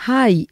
היי,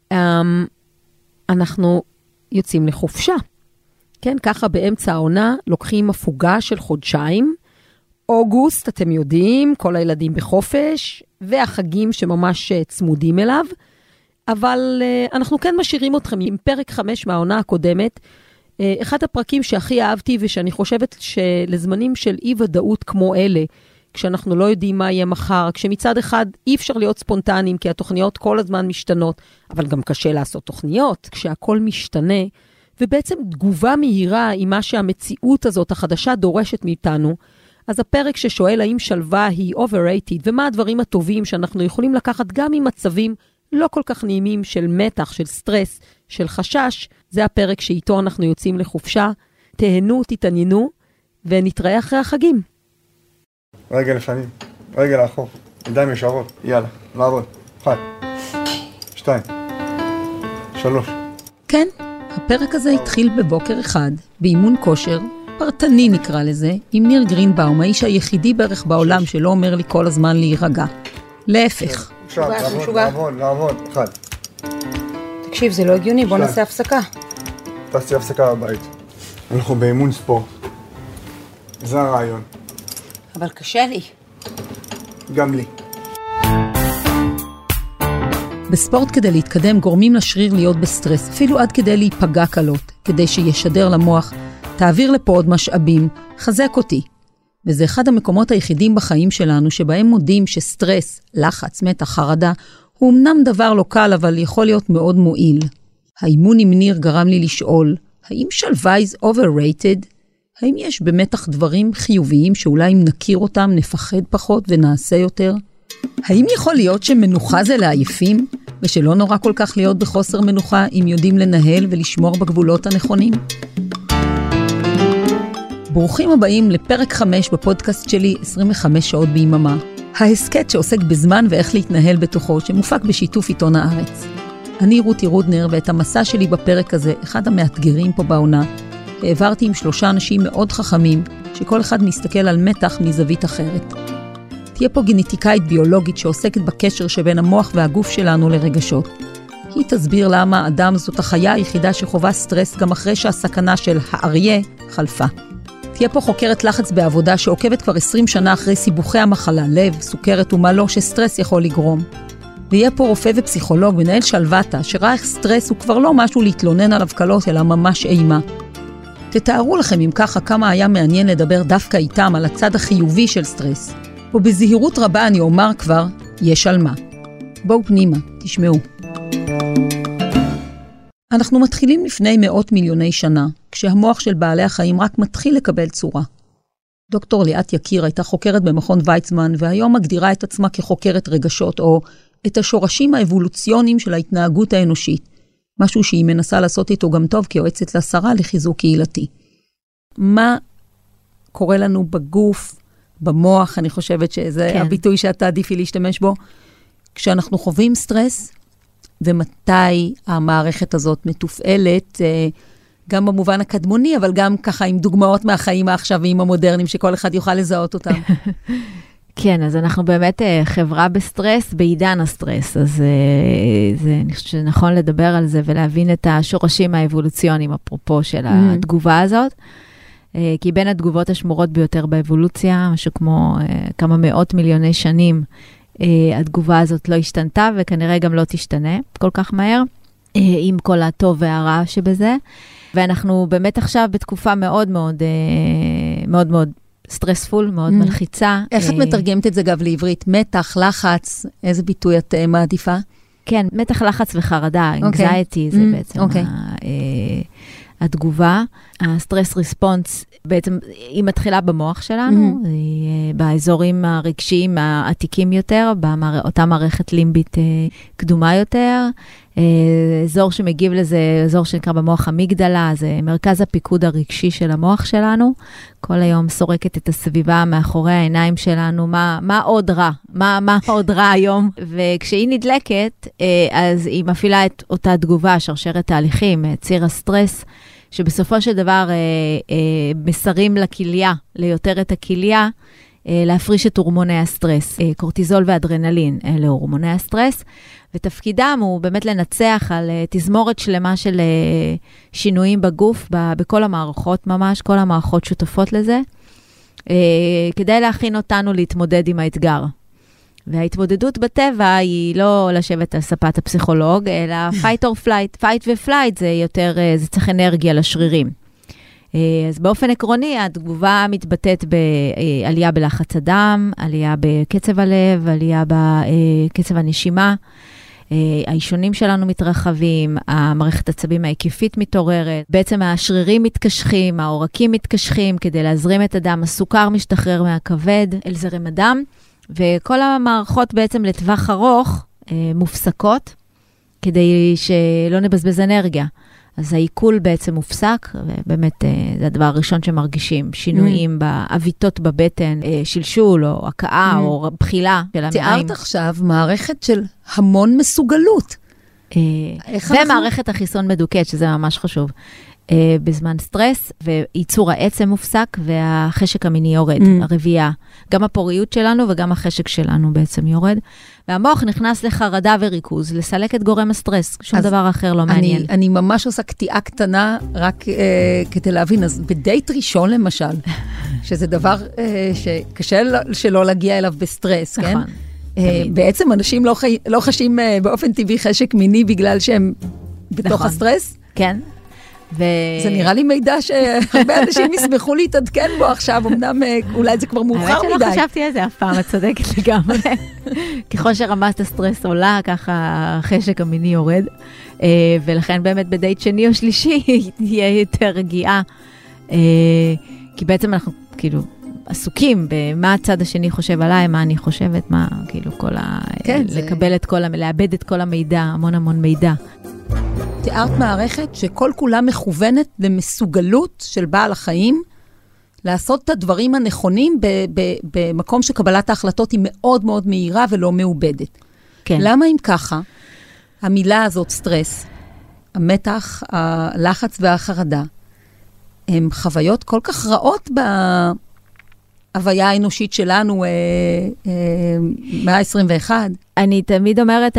אנחנו יוצאים לחופשה. כן, ככה באמצע העונה לוקחים הפוגה של חודשיים. אוגוסט, אתם יודעים, כל הילדים בחופש, והחגים שממש צמודים אליו. אבל אנחנו כן משאירים אתכם עם פרק 5 מהעונה הקודמת. אחד הפרקים שהכי אהבתי ושאני חושבת שלזמנים של אי-ודאות כמו אלה, כשאנחנו לא יודעים מה יהיה מחר, כשמצד אחד אי אפשר להיות ספונטניים, כי התוכניות כל הזמן משתנות, אבל גם קשה לעשות תוכניות, כשהכל משתנה, ובעצם תגובה מהירה עם מה שהמציאות הזאת החדשה דורשת מאיתנו, אז הפרק ששואל האם שלווה היא overrated, ומה הדברים הטובים שאנחנו יכולים לקחת גם עם מצבים לא כל כך נעימים של מתח, של סטרס, של חשש, זה הפרק שאיתו אנחנו יוצאים לחופשה. תהנו, תתעניינו, ונתראה אחרי החגים. רגע לפנים, רגע לאחור, ידיים ישרות, יאללה, לעבוד. 1, 2, 3. כן, הפרק הזה התחיל בבוקר אחד, באימון כושר, פרטני נקרא לזה, עם ניר גרינבאום, האיש היחידי בערך בעולם שלא אומר לי כל הזמן להירגע. להפך. עכשיו, לעבוד, 1. תקשיב, זה לא הגיוני, בוא נעשה הפסקה. תעשי הפסקה בבית. אנחנו באימון ספורט. זה הרעיון. אבל קשה לי. גם לי. בספורט כדי להתקדם גורמים לשריר להיות בסטרס, אפילו עד כדי להיפגע קלות, כדי שישדר למוח, תעביר לפה עוד משאבים, חזק אותי. וזה אחד המקומות היחידים בחיים שלנו שבהם מודים שסטרס, לחץ, מתח, חרדה, הוא אמנם דבר לא קל אבל יכול להיות מאוד מועיל. האימון עם ניר גרם לי לשאול, האם שלווה is overrated? האם יש במתח דברים חיוביים שאולי אם נכיר אותם נפחד פחות ונעשה יותר? האם יכול להיות שמנוחה זה לעייפים, ושלא נורא כל כך להיות בחוסר מנוחה אם יודעים לנהל ולשמור בגבולות הנכונים? ברוכים הבאים לפרק 5 בפודקאסט שלי 25 שעות ביממה. ההסקט שעוסק בזמן ואיך להתנהל בתוכו, שמופק בשיתוף עיתון הארץ. אני רותי רודנר, ואת המסע שלי בפרק הזה, אחד המאתגרים פה בעונה, העברתי עם 3 אנשים מאוד חכמים, שכל אחד מסתכל על מתח מזווית אחרת. תהיה פה גנטיקאית ביולוגית שעוסקת בקשר שבין המוח והגוף שלנו לרגשות. היא תסביר למה אדם זאת החיה היחידה שחובה סטרס גם אחרי שהסכנה של האריה חלפה. תהיה פה חוקרת לחץ בעבודה שעוקבת כבר 20 שנה אחרי סיבוכי המחלה, לב, סוכרת ומה לא שסטרס יכול לגרום. ויהיה פה רופא ופסיכולוג, מנהל שלוותה, שראה איך סטרס הוא כבר לא משהו להתלונן עליו קלות, אלא ממש אימה. תתארו לכם אם ככה כמה היה מעניין לדבר דווקא איתם על הצד החיובי של סטרס. ובזהירות רבה אני אומר כבר, יש על מה. בואו פנימה, תשמעו. אנחנו מתחילים לפני מאות מיליוני שנה, כשהמוח של בעלי החיים רק מתחיל לקבל צורה. דוקטור ליאת יקיר הייתה חוקרת במכון ויצמן, והיום מגדירה את עצמה כחוקרת רגשות, או את השורשים האבולוציוניים של ההתנהגות האנושית, משהו שהיא מנסה לעשות איתו גם טוב כיועצת לשרה לחיזוק קהילתי. מה קורה לנו בגוף, במוח, אני חושבת שזה כן. הביטוי שאתה עדיפי להשתמש בו, כשאנחנו חווים סטרס, ומתי המערכת הזאת מתופעלת, גם במובן הקדמוני, אבל גם ככה עם דוגמאות מהחיים העכשוויים המודרניים, שכל אחד יוכל לזהות אותם. כן, אז אנחנו באמת חברה בסטרס, בעידן הסטרס, אז אני חושבת שנכון לדבר על זה, ולהבין את השורשים האבולוציוניים, אפרופו של התגובה הזאת, כי בין התגובות השמורות ביותר באבולוציה, משהו כמו כמה מאות מיליוני שנים, התגובה הזאת לא השתנתה, וכנראה גם לא תשתנה כל כך מהר, עם כל הטוב והרע שבזה. ואנחנו באמת עכשיו בתקופה מאוד מאוד, מאוד מאוד סטרספול, מאוד מלחיצה. איך את מתרגמת את זה גם לעברית? מתח, לחץ, איזה ביטוי את מעדיפה? כן, מתח, לחץ וחרדה, anxiety זה בעצם התגובה. הסטרס ריספונס, בעצם היא מתחילה במוח שלנו, היא באזורים הרגשיים העתיקים יותר, באותה מערכת לימבית קדומה יותר. אזור שמגיב לזה, אזור שנקרא במוח המגדלה, זה מרכז הפיקוד הרגשי של המוח שלנו. כל היום סורקת את הסביבה מאחורי העיניים שלנו, מה עוד רע? מה עוד רע היום? וכשהיא נדלקת, אז היא מפעילה את אותה תגובה, שרשרת תהליכים, ציר הסטרס, שבסופו של דבר מסרים לכליה, ליותר את הכליה, להפריש את הורמוני הסטרס, קורטיזול ואדרנלין, אלה הורמוני הסטרס, ותפקידם הוא באמת לנצח על תזמורת שלמה של שינויים בגוף, בכל המערכות ממש, כל המערכות שותפות לזה, כדי להכין אותנו להתמודד עם האתגר. וההתמודדות בטבע היא לא לשבת על ספת הפסיכולוג, אלא fight or flight. fight ו-flight זה יותר, זה צריך אנרגיה לשרירים. אז באופן עקרוני, התגובה מתבטאת בעלייה בלחץ הדם, עלייה בקצב הלב, עלייה בקצב הנשימה, האישונים שלנו מתרחבים, המערכת עצבים ההיקפית מתעוררת, בעצם השרירים מתקשחים, העורקים מתקשחים כדי להזרים את הדם, הסוכר משתחרר מהכבד אל זרם הדם, וכל המערכות בעצם לטווח ארוך מופסקות, כדי שלא נבזבז אנרגיה. אז העיכול בעצם מופסק, ובאמת זה הדבר הראשון שמרגישים, שינויים באביתות בבטן, שלשול או הקאה או בחילה של המעיים. תיארת עכשיו מערכת של המון מסוגלות. ומערכת החיסון מדוקת, שזה ממש חשוב. בזמן סטרס, וייצור העצם מופסק, והחשק המיני יורד, הרבייה. גם הפוריות שלנו וגם החשק שלנו בעצם יורד. והמוח נכנס לחרדה וריכוז, לסלק את גורם הסטרס, שום דבר אחר לא מעניין. אני ממש עושה קטיעה קטנה, רק כדי להבין, אז בדייט ראשון למשל, שזה דבר שקשה שלא להגיע אליו בסטרס, כן? בעצם אנשים לא חשים באופן טבעי חשק מיני, בגלל שהם בתוך הסטרס? כן. זה נראה לי מידע שהרבה אנשים ישמחו להתעדכן בו עכשיו, אמנם אולי זה כבר מאוחר מדי. האמת שלא חשבתי על זה אף פעם, את צודקת לגמרי. ככל שרמת הסטרס עולה, ככה החשק המיני יורד, ולכן באמת בדייט שני או שלישי תהיה יותר רגיעה, כי בעצם אנחנו כאילו עסוקים במה הצד השני חושב עליי, מה אני חושבת, מה כאילו כל לקבל את כל, לאבד את כל המידע, המון מידע. תיארת מערכת שכל כולה מכוונת למסוגלות של בעל החיים, לעשות את הדברים הנכונים במקום שקבלת ההחלטות היא מאוד מאוד מהירה ולא מעובדת. כן. למה אם ככה, המילה הזאת, סטרס, המתח, הלחץ והחרדה, הם חוויות כל כך רעות בהוויה האנושית שלנו, מאה ה-21. אני תמיד אומרת,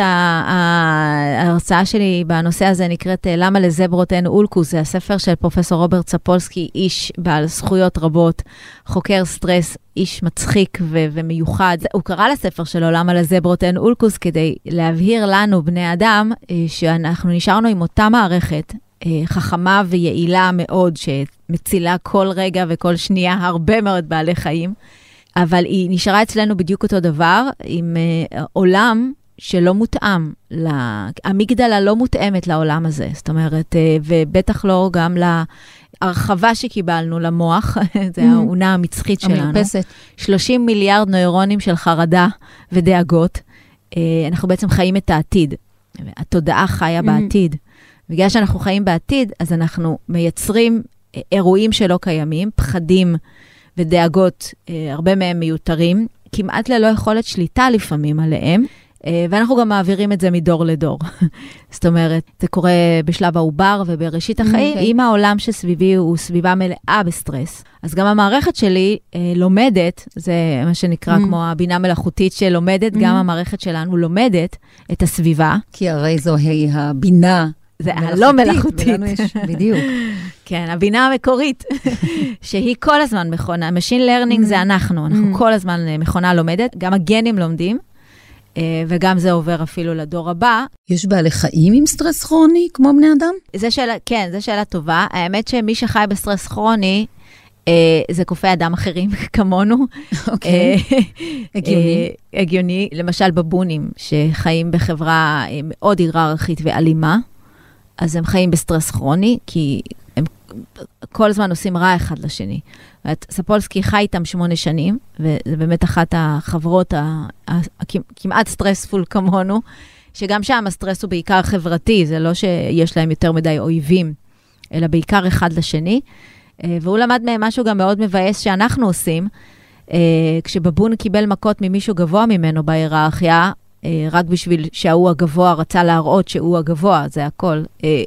ההרצאה שלי בנושא הזה נקראת למה לזברות אין אולקוס, זה הספר של פרופסור רוברט ספולסקי, איש בעל זכויות רבות, חוקר סטרס, איש מצחיק ומיוחד. הוא קרא לספר שלו למה לזברות אין אולקוס, כדי להבהיר לנו, בני אדם, שאנחנו נשארנו עם אותה מערכת, חכמה ויעילה מאוד, שמצילה כל רגע וכל שנייה הרבה מאוד בעלי חיים, אבל היא נשארה אצלנו בדיוק אותו דבר, עם עולם שלא מותאם, המגדלה לא מותאמת לעולם הזה, זאת אומרת, ובטח לא גם להרחבה שקיבלנו למוח, זה העונה המצחית שלנו. המרפסת. 30 מיליארד נוירונים של חרדה ודאגות, אנחנו בעצם חיים את העתיד, התודעה חיה בעתיד. בגלל שאנחנו חיים בעתיד, אז אנחנו מייצרים אירועים שלא קיימים, פחדים ודאגות, הרבה מהם מיותרים, כמעט ללא יכולת שליטה לפעמים עליהם, ואנחנו גם מעבירים את זה מדור לדור. זאת אומרת, זה קורה בשלב העובר ובראשית החיים, אם העולם שסביבי הוא סביבה מלאה בסטרס, אז גם המערכת שלי לומדת, זה מה שנקרא כמו הבינה מלאכותית שלומדת, גם המערכת שלנו לומדת את הסביבה. כי הרי זוהי הבינה זה הלא מלאכותית. בדיוק. כן, הבינה המקורית, שהיא כל הזמן מכונה. Machine learning זה אנחנו כל הזמן מכונה לומדת, גם הגנים לומדים, וגם זה עובר אפילו לדור הבא. יש בעלי חיים עם סטרס כרוני, כמו בני אדם? כן, זו שאלה טובה. האמת שמי שחי בסטרס כרוני, זה קופי אדם אחרים כמונו. אוקיי. הגיוני. הגיוני, למשל בבונים, שחיים בחברה מאוד היררכית ואלימה, אז הם חיים בסטרס כרוני, כי הם כל הזמן עושים רע אחד לשני. ספולסקי חי איתם 8 שנים, וזה באמת אחת החברות כמעט סטרספול כמונו, שגם שם הסטרס הוא בעיקר חברתי, זה לא שיש להם יותר מדי אויבים, אלא בעיקר אחד לשני. והוא למד מהם משהו גם מאוד מבאס שאנחנו עושים, כשבבון קיבל מכות ממישהו גבוה ממנו בהיררכיה, רק בשביל שההוא הגבוה רצה להראות שהוא הגבוה, זה הכל.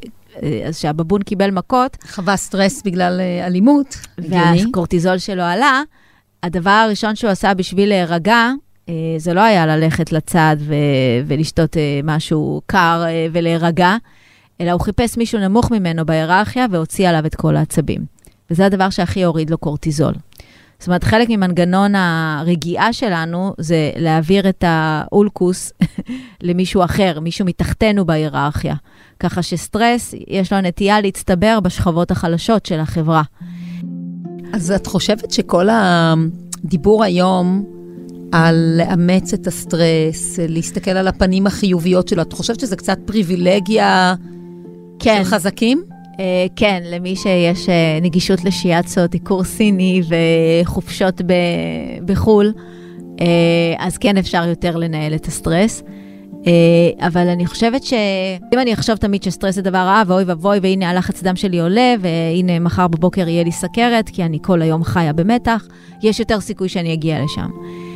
אז שהבבון קיבל מכות. חווה סטרס בגלל אלימות. והקורטיזול שלו עלה, הדבר הראשון שהוא עשה בשביל להירגע, זה לא היה ללכת לצד ולשתות משהו קר ולהירגע, אלא הוא חיפש מישהו נמוך ממנו בהיררכיה והוציא עליו את כל העצבים. וזה הדבר שהכי הוריד לו קורטיזול. זאת אומרת, חלק ממנגנון הרגיעה שלנו זה להעביר את האולקוס למישהו אחר, מישהו מתחתנו בהיררכיה. ככה שסטרס, יש לו נטייה להצטבר בשכבות החלשות של החברה. אז את חושבת שכל הדיבור היום על לאמץ את הסטרס, להסתכל על הפנים החיוביות שלו, את חושבת שזה קצת פריבילגיה כן. של חזקים? כן, למי שיש נגישות לשיאצו, דיקור סיני וחופשות בחול, אז כן אפשר יותר לנהל את הסטרס. אבל אני חושבת שאם אני אחשוב תמיד שסטרס זה דבר רע, ואוי ובוי, והנה הלחץ דם שלי עולה, והנה מחר בבוקר יהיה לי סכרת, כי אני כל היום חיה במתח, יש יותר סיכוי שאני אגיע לשם.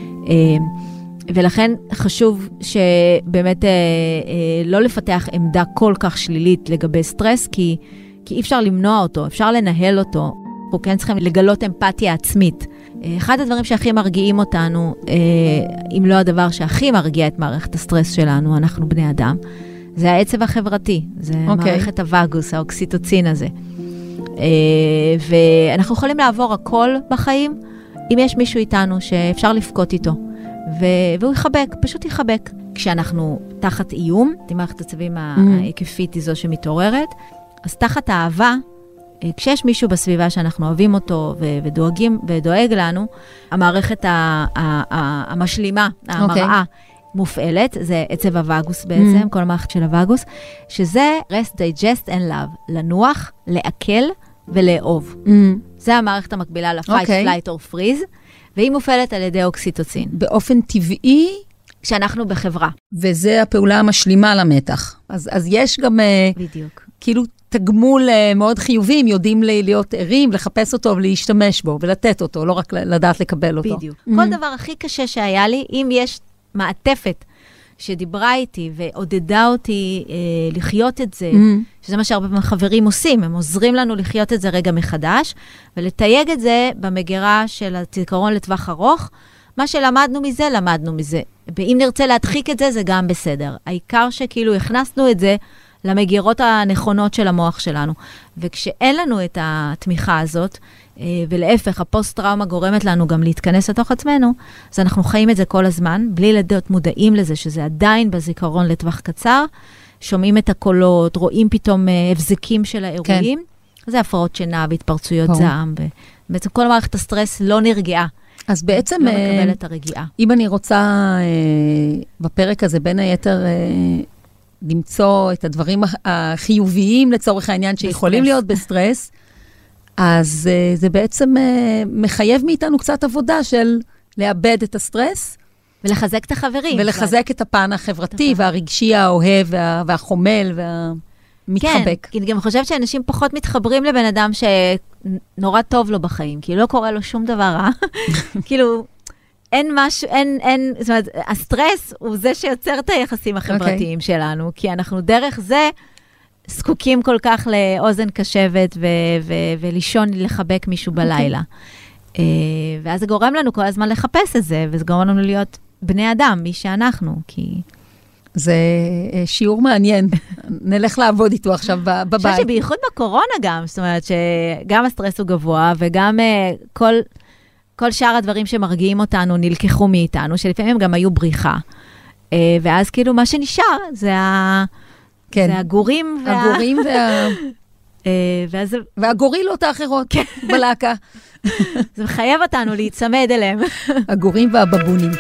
ולכן חשוב שבאמת לא לפתח עמדה כל כך שלילית לגבי סטרס, כי אי אפשר למנוע אותו, אפשר לנהל אותו. אנחנו כן צריכים לגלות אמפתיה עצמית. אחד הדברים שהכי מרגיעים אותנו, אם לא הדבר שהכי מרגיע את מערכת הסטרס שלנו, אנחנו בני אדם, זה העצב החברתי, זה מערכת הווגוס, האוקסיטוצין הזה. ואנחנו יכולים לעבור הכל בחיים, אם יש מישהו איתנו שאפשר לפקוט איתו. והוא יחבק, פשוט יחבק. כשאנחנו תחת איום, מערכת העצבים ההיקפית היא זו שמתעוררת, אז תחת האהבה, כשיש מישהו בסביבה שאנחנו אוהבים אותו ודואגים ודואג לנו, המערכת המשלימה, המראה, מופעלת, זה עצב הווגוס בעצם, כל המערכת של הווגוס, שזה rest, digest and love, לנוח, לעכל ולאהוב. זה המערכת המקבילה ל-fight, flight or freeze, והיא מופעלת על ידי אוקסיטוצין. באופן טבעי, כשאנחנו בחברה. וזה הפעולה המשלימה למתח. אז יש גם בדיוק. כאילו תגמול מאוד חיובי, אם יודעים להיות ערים, לחפש אותו ולהשתמש בו, ולתת אותו, לא רק לדעת לקבל אותו. בדיוק. כל דבר הכי קשה שהיה לי, אם יש מעטפת שדיברה איתי ועודדה אותי לחיות את זה, שזה מה שהרבה חברים עושים, הם עוזרים לנו לחיות את זה רגע מחדש, ולתייג את זה במגירה של הזיכרון לטווח ארוך, מה שלמדנו מזה, למדנו מזה. ואם נרצה להדחיק את זה, זה גם בסדר. העיקר שכאילו הכנסנו את זה למגירות הנכונות של המוח שלנו. וכשאין לנו את התמיכה הזאת, ולהפך, הפוסט-טראומה גורמת לנו גם להתכנס לתוך עצמנו, אז אנחנו חיים את זה כל הזמן, בלי לדעת מודעים לזה, שזה עדיין בזיכרון לטווח קצר, שומעים את הקולות, רואים פתאום הבזקים של האירועים, כן. זה הפרעות שינה והתפרצויות זעם, ובעצם כל מערכת הסטרס לא נרגעה. אז בעצם, לא מקבל את הרגיעה. אם אני רוצה בפרק הזה, בין היתר, למצוא את הדברים החיוביים לצורך העניין שיכולים להיות בסטרס, אז זה בעצם מחייב מאיתנו קצת עבודה של לאבד את הסטרס. ולחזק את החברים. ולחזק את הפן החברתי והרגשי האוהב והחומל והמתחבק. כן, כי אני גם חושבת שאנשים פחות מתחברים לבן אדם שנורא טוב לו בחיים, כי לא קורה לו שום דבר רע. כאילו, אין משהו, זאת אומרת, הסטרס הוא זה שיוצר את היחסים החברתיים שלנו, כי אנחנו דרך זה זקוקים כל כך לאוזן קשבת ולישון לחבק מישהו בלילה. ואז זה גורם לנו כל הזמן לחפש את זה, וזה גורם לנו להיות בני אדם, מי שאנחנו, כי... זה שיעור מעניין. נלך לעבוד איתו עכשיו בבית. אני חושבת שבייחוד בקורונה גם, זאת אומרת שגם הסטרס הוא גבוה, וגם כל שאר הדברים שמרגיעים אותנו נלקחו מאיתנו, שלפעמים הם גם היו בריחה. ואז כאילו מה שנשאר זה זה הגורים והגורילות האחרות בלהקה. זה מחייב אותנו להיצמד אליהם. הגורים והבבונים.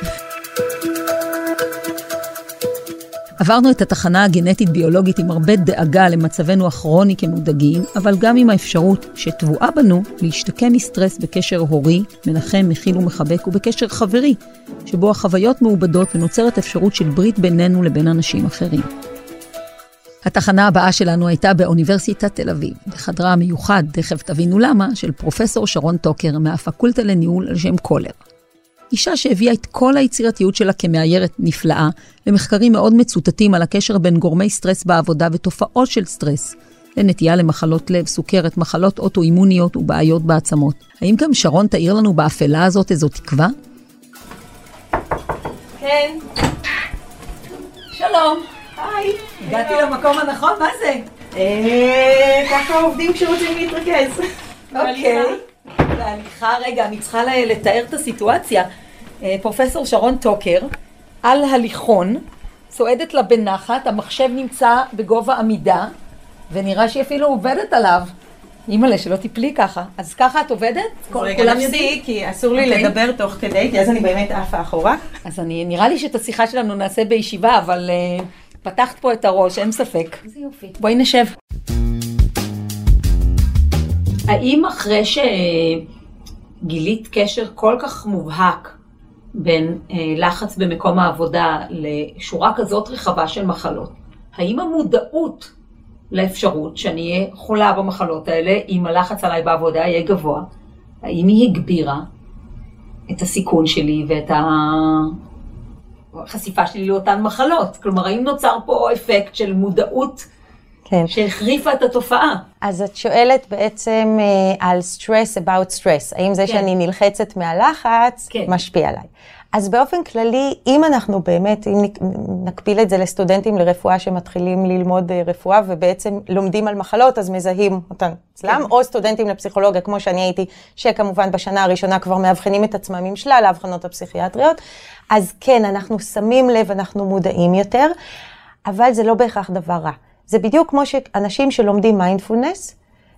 עברנו את התחנה הגנטית-ביולוגית עם הרבה דאגה למצבנו הכרוני כמודאגים, אבל גם עם האפשרות שטבועה בנו להשתקם מסטרס בקשר הורי, מנחם, מכיל ומחבק, ובקשר חברי, שבו החוויות מעובדות ונוצרת אפשרות של ברית בינינו לבין אנשים אחרים. התחנה הבאה שלנו הייתה באוניברסיטת תל אביב, בחדרה המיוחד, תכף תבינו למה, של פרופסור שרון טוקר מהפקולטה לניהול על שם קולר. אישה שהביאה את כל היצירתיות שלה כמאיירת נפלאה, למחקרים מאוד מצוטטים על הקשר בין גורמי סטרס בעבודה ותופעות של סטרס, לנטייה למחלות לב, סוכרת, מחלות אוטואימוניות ובעיות בעצמות. האם גם שרון תאיר לנו באפלה הזאת איזו תקווה? כן. שלום. היי. הגעתי למקום הנכון, מה זה? ככה עובדים כשרוצים להתרכז. אוקיי. בהליכה, רגע, אני צריכה לתאר את הסיטואציה. פרופסור שרון טוקר, על הליכון, צועדת לה בנחת, המחשב נמצא בגובה עמידה, ונראה שהיא אפילו עובדת עליו. אימא'לה, שלא תיפלי ככה. אז ככה את עובדת? רגע נפסיק, כי אסור לי לדבר תוך כדי, כי אז אני באמת עפה אחורה. אז נראה לי שאת השיחה שלנו נעשה בישיבה, אבל פתחת פה את הראש, אין ספק. זה יופי. בואי נשב. האם אחרי שגילית קשר כל כך מובהק בין לחץ במקום העבודה לשורה כזאת רחבה של מחלות, האם המודעות לאפשרות שאני אהיה חולה במחלות האלה, אם הלחץ עליי בעבודה יהיה גבוה, האם היא הגבירה את הסיכון שלי ואת החשיפה שלי לאותן מחלות? כלומר, האם נוצר פה אפקט של מודעות שהחריפה את התופעה? אז את שואלת בעצם על stress about stress. האם זה שאני נלחצת מהלחץ משפיע עליי? אז באופן כללי, אם אנחנו באמת, אם נקביל את זה לסטודנטים לרפואה שמתחילים ללמוד רפואה ובעצם לומדים על מחלות, אז מזהים אותן אצלם, או סטודנטים לפסיכולוגיה, כמו שאני הייתי, שכמובן בשנה הראשונה כבר מאבחנים את עצמם עם שלל ההבחנות הפסיכיאטריות, אז כן, אנחנו שמים לב, אנחנו מודעים יותר, אבל זה לא בהכרח דבר רע. זה בדיוק כמו שאנשים שלומדים מיינדפולנס,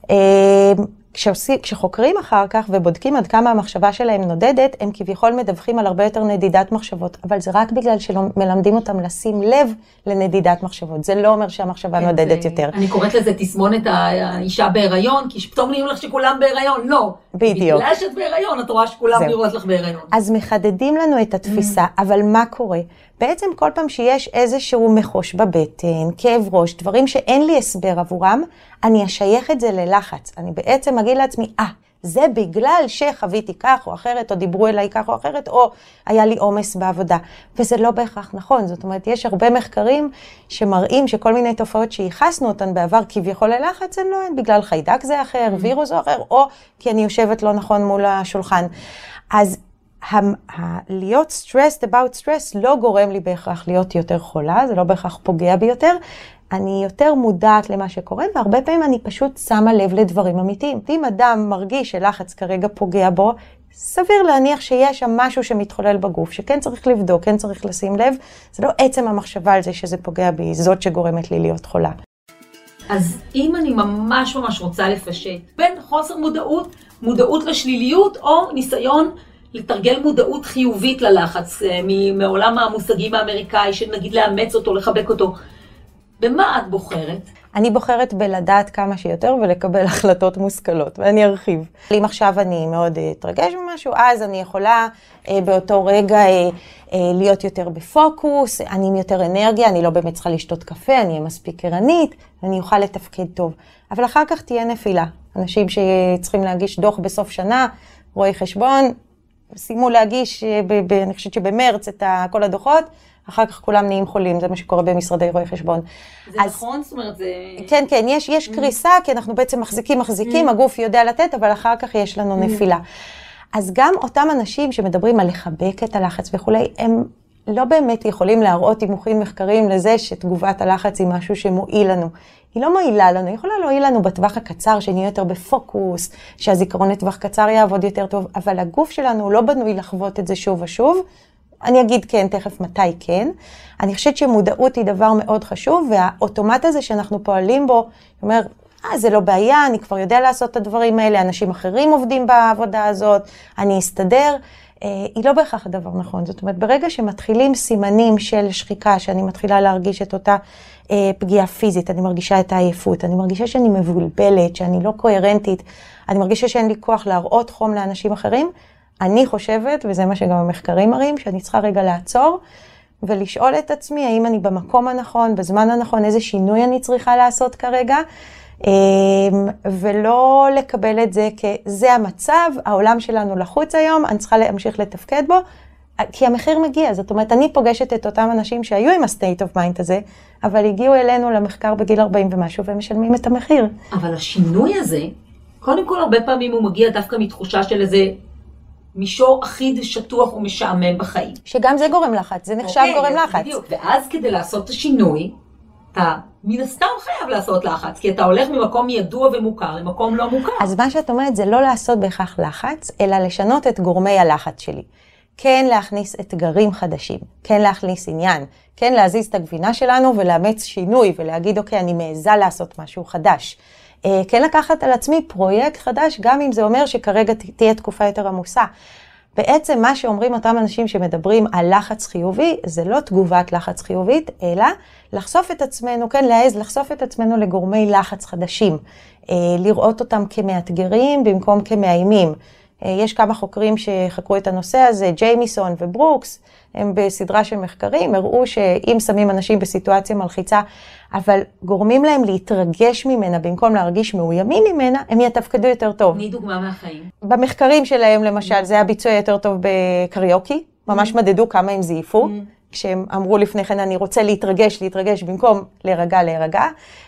כשחוקרים אחר כך ובודקים עד כמה המחשבה שלהם נודדת, הם כביכול מדווחים על הרבה יותר נדידת מחשבות, אבל זה רק בגלל שמלמדים אותם לשים לב לנדידת מחשבות. זה לא אומר שהמחשבה נודדת יותר. אני קוראת לזה תסמונת האישה בהיריון, כי פתאום נראים לך שכולם בהיריון. לא. בדיוק. בגלל שאת בהיריון, את רואה שכולם נראות לך בהיריון. אז מחדדים לנו את התפיסה, אבל מה קורה? בעצם כל פעם שיש איזשהו מחוש בבטן, כאב ראש, דברים שאין לי הסבר עבורם, אני אשייך את זה ללחץ. אני בעצם אגיד לעצמי, זה בגלל שחוויתי כך או אחרת, או דיברו אליי כך או אחרת, או היה לי עומס בעבודה. וזה לא בהכרח נכון. זאת אומרת, יש הרבה מחקרים שמראים שכל מיני תופעות שייחסנו אותן בעבר כביכול ללחץ, הן לא הן בגלל חיידק זה אחר, וירוס או אחר, או כי אני יושבת לא נכון מול השולחן. אז להיות stressed about stress לא גורם לי בהכרח להיות יותר חולה, זה לא בהכרח פוגע בי יותר, אני יותר מודעת למה שקורה, והרבה פעמים אני פשוט שמה לב לדברים אמיתיים. אם אדם מרגיש שלחץ כרגע פוגע בו, סביר להניח שיש שם משהו שמתחולל בגוף, שכן צריך לבדוק, כן צריך לשים לב, זה לא עצם המחשבה על זה שזה פוגע בי, זאת שגורמת לי להיות חולה. אז אם אני ממש רוצה לפשט בין חוסר מודעות לשליליות, או ניסיון לתרגל מודעות חיובית ללחץ, מעולם המושגים האמריקאי, שנגיד לאמץ אותו, לחבק אותו, במה את בוחרת? אני בוחרת בלדעת כמה שיותר ולקבל החלטות מושכלות, ואני ארחיב. אם עכשיו אני מאוד אתרגש ממשהו, אז אני יכולה באותו רגע להיות יותר בפוקוס, אני עם יותר אנרגיה, אני לא באמת צריכה לשתות קפה, אני אהיה מספיק ערנית, ואני אוכל לתפקד טוב. אבל אחר כך תהיה נפילה. אנשים שצריכים להגיש דוח בסוף שנה, רואי חשבון, שימו להגיש, אני חושבת שבמרץ את כל הדוחות, אחר כך כולם נהיים חולים, זה מה שקורה במשרדי רואי חשבון. זה נכון? זאת אומרת, זה... כן, יש קריסה, כי אנחנו בעצם מחזיקים, הגוף יודע לתת, אבל אחר כך יש לנו נפילה. אז גם אותם אנשים שמדברים על לחבק את הלחץ וכולי, הם לא באמת יכולים להראות דיווחים מחקריים לזה שתגובת הלחץ היא משהו שמועיל לנו. היא לא מועילה לנו, היא יכולה להועיל לנו בטווח הקצר, שנהיה יותר בפוקוס, שהזיכרון לטווח קצר יעבוד יותר טוב, אבל הגוף שלנו לא בנוי לחוות את זה שוב ושוב. אני אגיד כן, תכף מתי כן. אני חושבת שמודעות היא דבר מאוד חשוב, והאוטומט הזה שאנחנו פועלים בו, אומר, זה לא בעיה, אני כבר יודע לעשות את הדברים האלה, אנשים אחרים עובדים בעבודה הזאת, אני אסתדר. היא לא בהכרח הדבר נכון. זאת אומרת, ברגע שמתחילים סימנים של שחיקה, שאני מתחילה להרגיש את אותה פגיעה פיזית, אני מרגישה את העייפות, אני מרגישה שאני מבולבלת, שאני לא קוהרנטית, אני מרגישה שאין לי כוח להראות חום לאנשים אחרים, אני חושבת, וזה מה שגם המחקרים מראים, שאני צריכה רגע לעצור ולשאול את עצמי, האם אני במקום הנכון, בזמן הנכון, איזה שינוי אני צריכה לעשות כרגע, ולא לקבל את זה כזה המצב, העולם שלנו לחוץ היום, אני צריכה להמשיך לתפקד בו, כי המחיר מגיע, זאת אומרת, אני פוגשת את אותם אנשים שהיו עם ה-state of mind הזה, אבל הגיעו אלינו למחקר בגיל 40 ומשהו, והם משלמים את המחיר. אבל השינוי הזה, קודם כל הרבה פעמים הוא מגיע דווקא מתחושה של איזה מישור אחיד, שטוח ומשעמם בחיים. שגם זה גורם לחץ, זה נחשב גורם לחץ. בדיוק, ואז כדי לעשות את השינוי, אתה מן הסתם חייב לעשות לחץ, כי אתה הולך ממקום ידוע ומוכר למקום לא מוכר. אז מה שאת אומרת זה לא לעשות בהכרח לחץ, אלא לשנות את גורמי הלחץ שלי. כן להכניס אתגרים חדשים, כן להכניס עניין, כן להזיז את הגבינה שלנו ולאמץ שינוי ולהגיד, אוקיי, אני מעיזה לעשות משהו חדש. כן לקחת על עצמי פרויקט חדש, גם אם זה אומר שכרגע תהיה תקופה יותר עמוסה. בעצם מה שאומרים אותם אנשים שמדברים על לחץ חיובי, זה לא תגובת לחץ חיובית, אלא לחשוף את עצמנו, כן, להעז לחשוף את עצמנו לגורמי לחץ חדשים. לראות אותם כמאתגרים במקום כמאיימים. יש כמה חוקרים שחקרו את הנושא הזה, ג'יימיסון וברוקס, הם בסדרה של מחקרים, הראו שאם שמים אנשים בסיטואציה מלחיצה, אבל גורמים להם להתרגש ממנה, במקום להרגיש מאוימים ממנה, הם יתפקדו יותר טוב. תני דוגמה מהחיים. במחקרים שלהם, למשל, זה הביצוע יותר טוב בקריוקי, ממש מדדו כמה הם זייפו, כשהם אמרו לפני כן, אני רוצה להתרגש, במקום להירגע,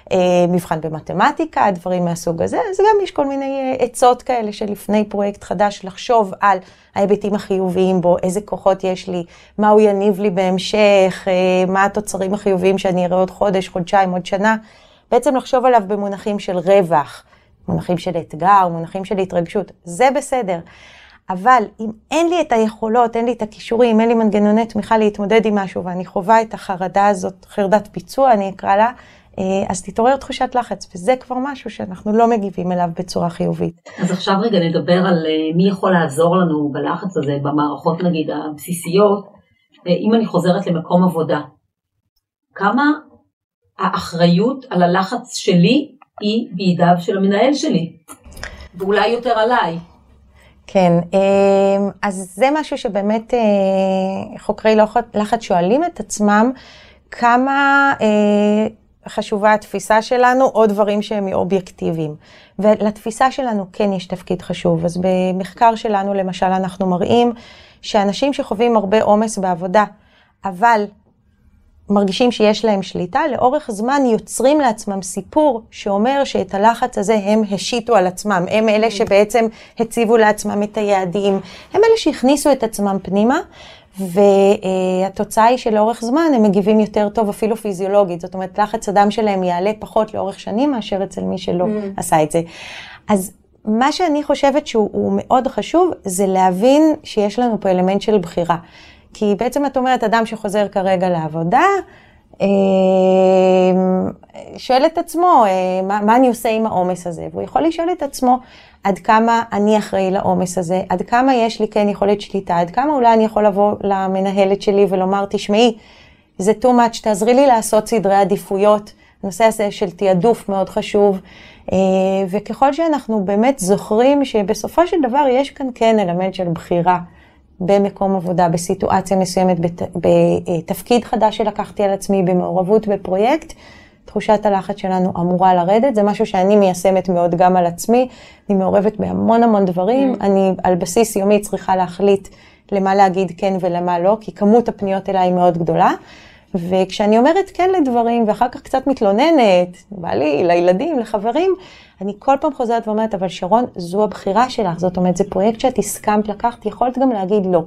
מבחן במתמטיקה, דברים מהסוג הזה, אז גם יש כל מיני עצות כאלה שלפני פרויקט חדש, לחשוב על ההיבטים החיוביים בו, איזה כוחות יש לי, מה הוא יניב לי בהמשך, מה התוצרים החיוביים שאני אראה עוד חודש, חודשיים, עוד שנה, בעצם לחשוב עליו במונחים של רווח, מונחים של אתגר, מונחים של התרגשות, זה בסדר. אבל אם אין לי את היכולות, אין לי את הכישורים, אין לי מנגנוני תמיכה להתמודד עם משהו, ואני חווה את החרדה הזאת, חרדת ביצוע, אני אקרא לה, אז תתעורר תחושת לחץ, וזה כבר משהו שאנחנו לא מגיבים אליו בצורה חיובית. אז עכשיו רגע נדבר על מי יכול לעזור לנו בלחץ הזה, במערכות נגיד הבסיסיות, אם אני חוזרת למקום עבודה. כמה האחריות על הלחץ שלי היא בידיו של המנהל שלי, ואולי יותר עליי. כן, אז זה משהו שבאמת חוקרי לחץ שואלים את עצמם, כמה חשובה התפיסה שלנו, או דברים שהם אובייקטיביים. ולתפיסה שלנו כן יש תפקיד חשוב. אז במחקר שלנו, למשל, אנחנו מראים שאנשים שחווים הרבה עומס בעבודה, אבל מרגישים שיש להם שליטה, לאורך זמן יוצרים לעצמם סיפור שאומר שאת הלחץ הזה הם השיתו על עצמם. הם אלה שבעצם הציבו לעצמם את היעדים. הם אלה שהכניסו את עצמם פנימה, והתוצאה היא שלאורך זמן הם מגיבים יותר טוב, אפילו פיזיולוגית. זאת אומרת, לחץ הדם שלהם יעלה פחות לאורך שנים מאשר אצל מי שלא עשה את זה. אז מה שאני חושבת שהוא מאוד חשוב, זה להבין שיש לנו פה אלמנט של בחירה. כי בעצם את אומרת, אדם שחוזר כרגע לעבודה, שואל את עצמו, מה אני עושה עם העומס הזה? והוא יכול לשאול את עצמו, עד כמה אני אחראי לעומס הזה, עד כמה יש לי כן יכולת שליטה, עד כמה אולי אני יכול לבוא למנהלת שלי ולומר, תשמעי, זה too much, תעזרי לי לעשות סדרי עדיפויות, הנושא הזה של תיעדוף מאוד חשוב, וככל שאנחנו באמת זוכרים שבסופו של דבר יש כאן כן אלמנט של בחירה, במקום עבודה, בסיטואציה מסוימת, בתפקיד חדש שלקחתי על עצמי, במעורבות בפרויקט, תחושת הלחץ שלנו אמורה לרדת. זה משהו שאני מיישמת מאוד גם על עצמי. אני מעורבת בהמון דברים. אני על בסיס יומי צריכה להחליט למה להגיד כן ולמה לא, כי כמות הפניות אליי היא מאוד גדולה. וכשאני אומרת כן לדברים, ואחר כך קצת מתלוננת, בעלי, לילדים, לחברים, אני כל פעם חוזרת ואומרת, אבל שרון, זו הבחירה שלך. זאת אומרת, זה פרויקט שאת הסכמת לקחת, יכולת גם להגיד לא.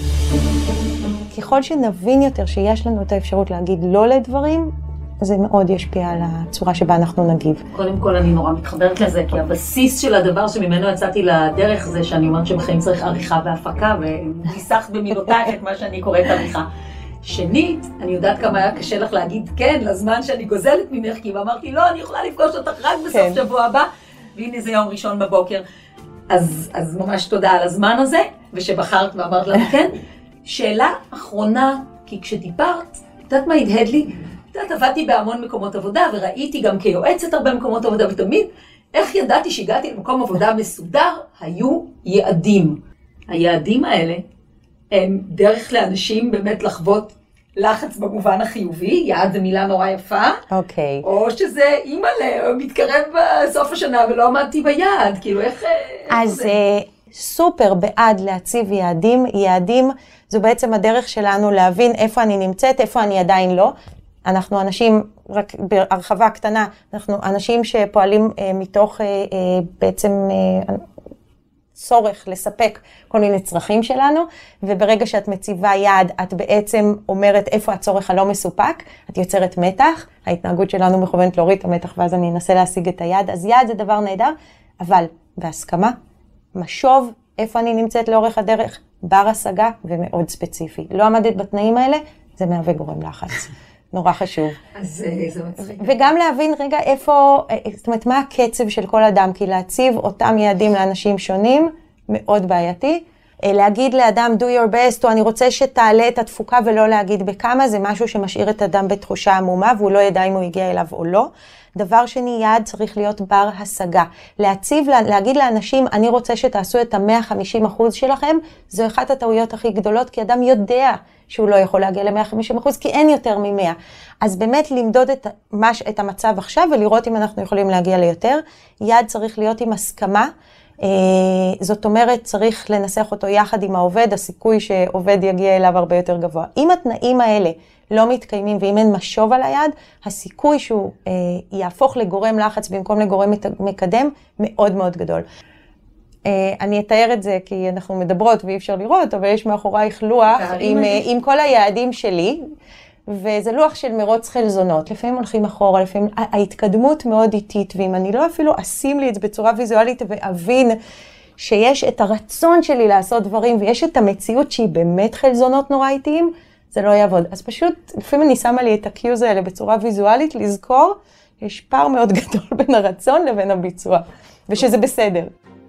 ככל שנבין יותר שיש לנו את האפשרות להגיד לא לדברים, זה מאוד ישפיע על הצורה שבה אנחנו נגיב. קודם כל אני נורא מתחברת לזה, כי הבסיס של הדבר שממנו יצאתי לדרך זה שאני אומרת שבחיים צריך עריכה והפקה, וניסחת במילותייך את מה שאני קוראת עריכה. שנית, אני יודעת כמה היה קשה לך להגיד כן לזמן שאני גוזלת ממך, כי אמרתי לא, אני יכולה לפגוש אותך רק בסוף שבוע הבא, והנה זה יום ראשון בבוקר. אז ממש תודה על הזמן הזה, ושבחרת ואמרת לנו כן. שאלה אחרונה, כי כשדיברת, יודעת מה הדהד לי? יודעת, עבדתי בהמון מקומות עבודה, וראיתי גם כיועצת הרבה מקומות עבודה, ותמיד איך ידעתי שהגעתי למקום עבודה מסודר, היו יעדים. היעדים האלה הם דרך לאנשים באמת לחוות לחץ במובן החיובי, יעד זה מילה נורא יפה, או שזה אימא'לה, מתקרב בסוף השנה ולא עמדתי ביעד, כאילו איך... אז סופר בעד להציב יעדים. יעדים זו בעצם הדרך שלנו להבין איפה אני נמצאת, איפה אני עדיין לא. אנחנו אנשים, רק בהרחבה קטנה, אנחנו אנשים שפועלים מתוך בעצם צורך לספק כל מיני צרכים שלנו, וברגע שאת מציבה יעד, את בעצם אומרת איפה הצורך הלא מסופק, את יוצרת מתח, ההתנהגות שלנו מכוונת להוריד את המתח, ואז אני אנסה להשיג את היעד, אז יעד זה דבר נהדר, אבל בהסכמה, משוב איפה אני נמצאת לאורך הדרך, בר השגה ומאוד ספציפי. לא עמדת בתנאים האלה, זה מהווה גורם לחץ. נורא חשוב. אז זה מצחיק. וגם להבין רגע איפה, זאת אומרת, מה הקצב של כל אדם, כי להציב אותם יעדים לאנשים שונים, מאוד בעייתי. להגיד לאדם, do your best, או אני רוצה שתעלה את התפוקה ולא להגיד בכמה, זה משהו שמשאיר את אדם בתחושה עמומה, והוא לא ידע אם הוא הגיע אליו או לא. דבר שני, יעד צריך להיות בר השגה. להגיד לאנשים, אני רוצה שתעשו את ה-150% שלכם, זו אחת הטעויות הכי גדולות, כי אדם יודע שהוא לא יכול להגיע ל-150%, כי אין יותר מ-100. אז באמת למדוד את המצב עכשיו, ולראות אם אנחנו יכולים להגיע ליותר. יעד צריך להיות עם הסכמה, זאת אומרת, צריך לנסח אותו יחד עם העובד, הסיכוי שעובד יגיע אליו הרבה יותר גבוה. אם התנאים האלה לא מתקיימים, ואם אין משוב על היעד, הסיכוי שהוא יהפוך לגורם לחץ במקום לגורם מקדם, מאוד מאוד גדול. אני אתאר את זה כי אנחנו מדברות ואי אפשר לראות, אבל יש מאחורייך לוח עם כל היעדים שלי, וזה לוח של מרוץ חלזונות. לפעמים הולכים אחורה, לפעמים ההתקדמות מאוד איטית, ואם אני לא אפילו אשים לי את זה בצורה ויזואלית ואבין שיש את הרצון שלי לעשות דברים, ויש את המציאות שהיא באמת חלזונות נורא איטיים, זה לא יעבוד. אז פשוט, לפעמים אני שמה לי את הקיוז האלה בצורה ויזואלית, לזכור, יש פער מאוד גדול בין הרצון לבין הביצוע, ושזה בסדר.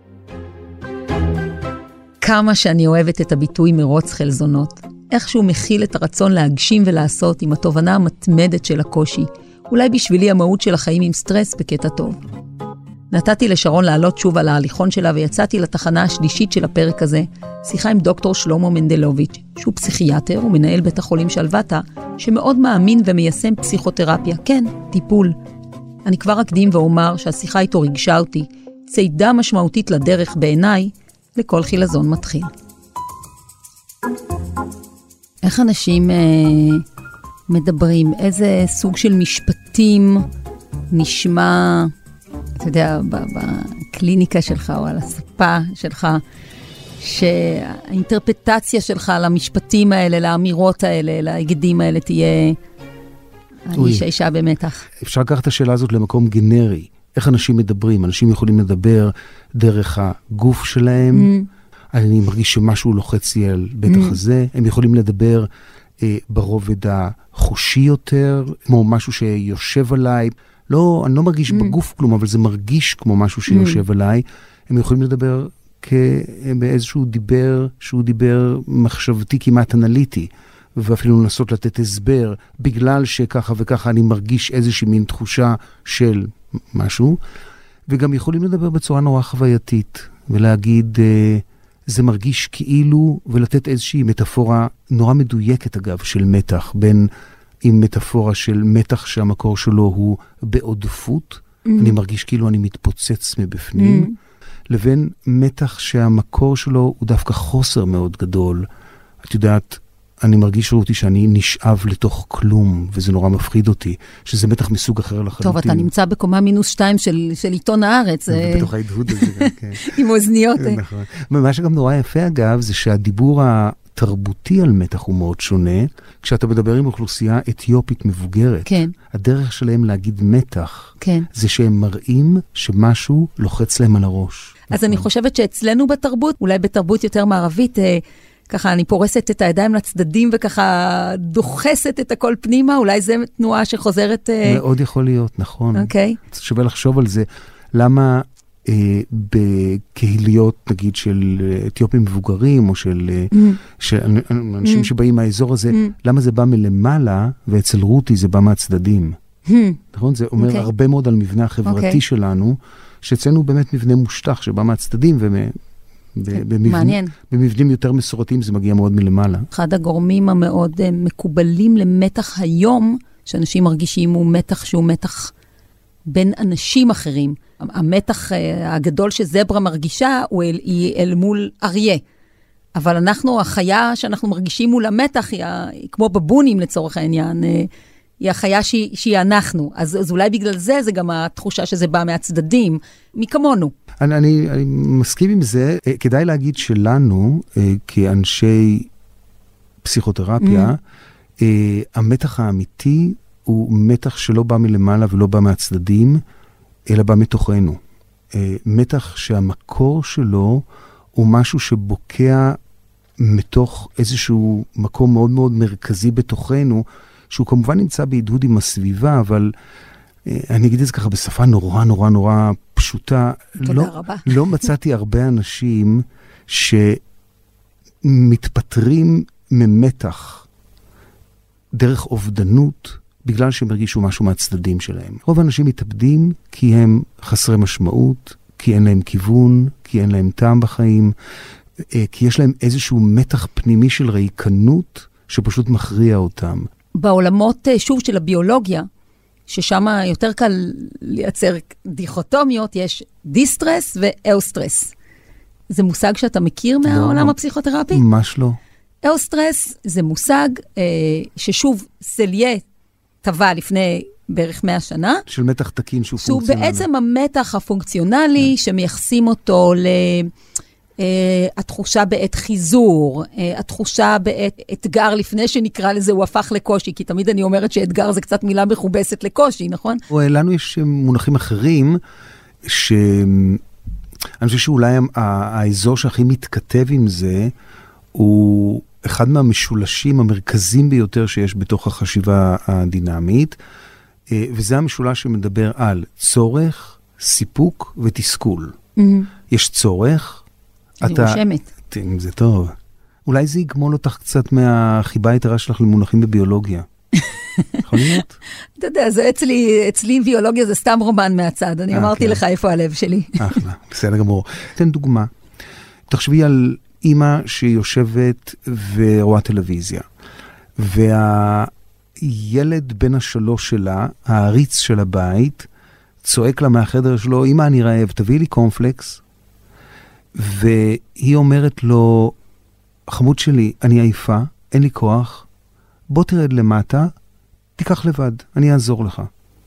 כמה שאני אוהבת את הביטוי מרוץ חלזונות. איכשהו מכיל את הרצון להגשים ולעשות עם התובנה המתמדת של הקושי. אולי בשבילי המהות של החיים עם סטרס בקטע טוב. נתתי לשרון לעלות שוב על ההליכון שלה ויצאתי לתחנה השלישית של הפרק הזה, שיחה עם דוקטור שלמה מנדלוביץ', שהוא פסיכיאטר ומנהל בית החולים שלוותה, שמאוד מאמין ומיישם פסיכותרפיה. כן, טיפול. אני כבר אקדים ואומר שהשיחה איתו ריגשה אותי, צעידה משמעותית לדרך בעיניי, לכל חילזון מתחיל. איך אנשים מדברים? איזה סוג של משפטים נשמע, אתה יודע, בקליניקה שלך או על הספה שלך, שהאינטרפטציה שלך למשפטים האלה, לאמירות האלה, להגדים האלה תהיה האישה במתח. אפשר לקחת את השאלה הזאת למקום גנרי. איך אנשים מדברים? אנשים יכולים לדבר דרך הגוף שלהם. אני מרגיש שמשהו לוחץ לי על בית החזה. הם יכולים לדבר ברובד החושי יותר, כמו משהו שיושב עליי. לא, אני לא מרגיש בגוף כלום, אבל זה מרגיש כמו משהו שיושב עליי. הם יכולים לדבר באיזשהו דיבר, שהוא דיבר מחשבתי כמעט אנליטי, ואפילו לנסות לתת הסבר, בגלל שככה וככה אני מרגיש איזושהי מין תחושה של משהו, וגם יכולים לדבר בצורה נורא חווייתית, ולהגיד, זה מרגיש כאילו, ולתת איזושהי מטאפורה נורא מדויקת אגב, של מתח, בין עם מטאפורה של מתח שהמקור שלו הוא בעודפות, אני מרגיש כאילו אני מתפוצץ מבפנים, לבין מתח שהמקור שלו הוא דווקא חוסר מאוד גדול. את יודעת, אני מרגיש רותי שאני נשאב לתוך כלום, וזה נורא מפחיד אותי, שזה מתח מסוג אחר לחלוטין. טוב, אתה נמצא בקומה -2 של עיתון הארץ. בתוך ההדהוד הזה, כן. עם אוזניות. נכון. מה שגם נורא יפה אגב, זה שהדיבור התרבותי על מתח הוא מאוד שונה, כשאתה מדבר עם אוכלוסייה אתיופית מבוגרת. כן. הדרך שלהם להגיד מתח, כן. זה שהם מראים שמשהו לוחץ להם על הראש. אז אני חושבת שאצלנו בתרבות, אולי בתרבות יותר מערבית, ככה אני פורסת את הידיים לצדדים וככה דוחסת את הכל פנימה, אולי זו תנועה שחוזרת... מאוד יכול להיות, נכון. אוקיי. שווה לחשוב על זה. למה בקהיליות, נגיד, של אתיופים מבוגרים, או של אנשים שבאים מהאזור הזה, למה זה בא מלמעלה, ואצל רותי זה בא מהצדדים? נכון? זה אומר הרבה מאוד על מבנה החברתי שלנו, שאצלנו באמת מבנה מושטח שבא מהצדדים, במבנים יותר מסורתיים זה מגיע מאוד מלמעלה. אחד הגורמים המאוד מקובלים למתח היום, שאנשים מרגישים הוא מתח שהוא מתח בין אנשים אחרים. המתח הגדול שזברה מרגישה היא אל מול אריה. אבל אנחנו, החיה שאנחנו מרגישים מול המתח, היא כמו בבונים לצורך העניין, היא החיה שהיא אנחנו. אז אולי בגלל זה גם התחושה שזה בא מהצדדים, מכמונו. אני מסכים עם זה. כדאי להגיד שלנו, כאנשי פסיכותרפיה, המתח האמיתי הוא מתח שלא בא מלמעלה ולא בא מהצדדים, אלא בא מתוכנו. מתח שהמקור שלו הוא משהו שבוקע מתוך איזשהו מקום מאוד מאוד מרכזי בתוכנו, שהוא כמובן נמצא בהדהוד עם הסביבה, אבל אני אגיד את זה ככה בשפה נורא נורא נורא פשוטה. תודה רבה. לא מצאתי הרבה אנשים שמתפטרים ממתח דרך אובדנות, בגלל שהם הרגישו משהו מהצדדים שלהם. רוב האנשים מתאבדים כי הם חסרי משמעות, כי אין להם כיוון, כי אין להם טעם בחיים, כי יש להם איזשהו מתח פנימי של ריקנות שפשוט מכריע אותם. בעולמות, שוב, של הביולוגיה, ששם יותר קל לייצר דיכוטומיות, יש דיסטרס ואאוסטרס. זה מושג שאתה מכיר מהעולם הפסיכותרפי? ממש לא. אאוסטרס זה מושג ששוב סליה טבע לפני בערך 100 שנה. של מתח תקין שהוא פונקציונלי. שהוא בעצם המתח הפונקציונלי שמייחסים אותו התחושה בעת חיזור, התחושה בעת אתגר לפני שנקרא לזה, הוא הפך לקושי, כי תמיד אני אומרת שאתגר זה קצת מילה מכובסת לקושי, נכון? לנו יש מונחים אחרים, אני חושב שאולי האזור שהכי מתכתב עם זה, הוא אחד מהמשולשים המרכזיים ביותר שיש בתוך החשיבה הדינמית, וזה המשולש שמדבר על צורך, סיפוק ותסכול. יש צורך, אני רושמת. זה טוב. אולי זה יגמול אותך קצת מהחיבה היתרה שלך למונחים בביולוגיה. יכול להיות? אתה יודע, אצלי ביולוגיה זה סתם רומן מהצד. אני אמרתי לך איפה הלב שלי. אחלה, בסדר גמור. תן דוגמה. תחשבי על אמא שיושבת ורואה טלוויזיה, והילד בן השלוש שלה, העריץ של הבית, צועק לה מהחדר שלו, אמא אני רעב, תביא לי קורנפלקס, והיא אומרת לו, חמוד שלי, אני עייפה, אין לי כוח, בוא תרד למטה, תיקח לבד, אני אעזור לך.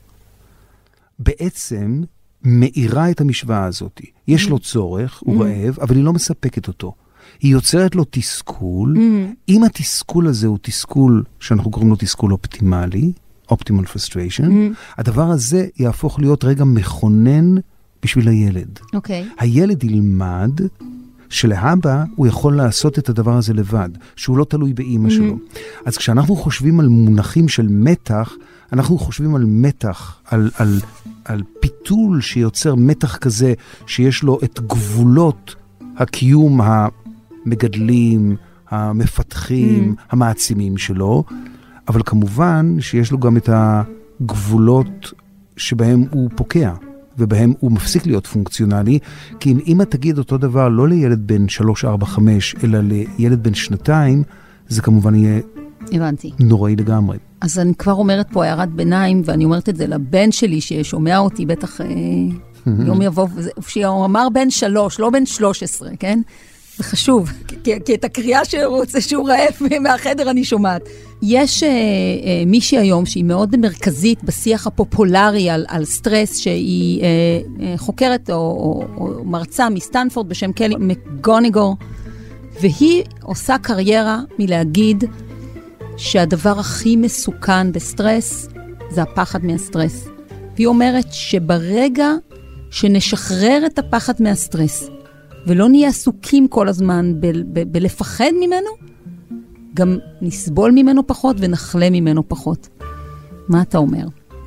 בעצם מאירה את המשוואה הזאת. יש לו צורך, הוא רעב, אבל היא לא מספקת אותו. היא יוצרת לו תסכול. אם התסכול הזה הוא תסכול שאנחנו קוראים לו תסכול אופטימלי, optimal frustration, הדבר הזה יהפוך להיות רגע מכונן בשביל הילד. אוקיי. הילד ילמד שלהבא הוא יכול לעשות את הדבר הזה לבד, שהוא לא תלוי באמא שלו. אז כשאנחנו חושבים על מונחים של מתח, אנחנו חושבים על מתח, על פיתול שיוצר מתח כזה, שיש לו את גבולות הקיום המגדלים, המפתחים, המעצימים שלו, אבל כמובן שיש לו גם את הגבולות שבהם הוא פוקע, ובהם הוא מפסיק להיות פונקציונלי, כי אם אמא תגיד אותו דבר לא לילד בן 3, 4, 5, אלא לילד בן 2, זה כמובן יהיה נוראי לגמרי. אז אני כבר אומרת פה הערת ביניים, ואני אומרת את זה לבן שלי ששומע אותי, בטח יום יבוא, שהוא אמר בן 3, לא בן 13, כן? זה חשוב, כי את הקריאה שהוא רעב מהחדר אני שומעת. יש מישהי היום שהיא מאוד מרכזית בשיח הפופולרי על סטרס, שהיא חוקרת או מרצה מסטנפורד בשם קלי מקגוניגור, והיא עושה קריירה מלהגיד שהדבר הכי מסוכן בסטרס זה הפחד מהסטרס. והיא אומרת שברגע שנשחרר את הפחד מהסטרס, ולא נהיה עסוקים כל הזמן בלפחד ממנו, גם נסבול ממנו פחות ונחלה ממנו פחות. מה אתה אומר?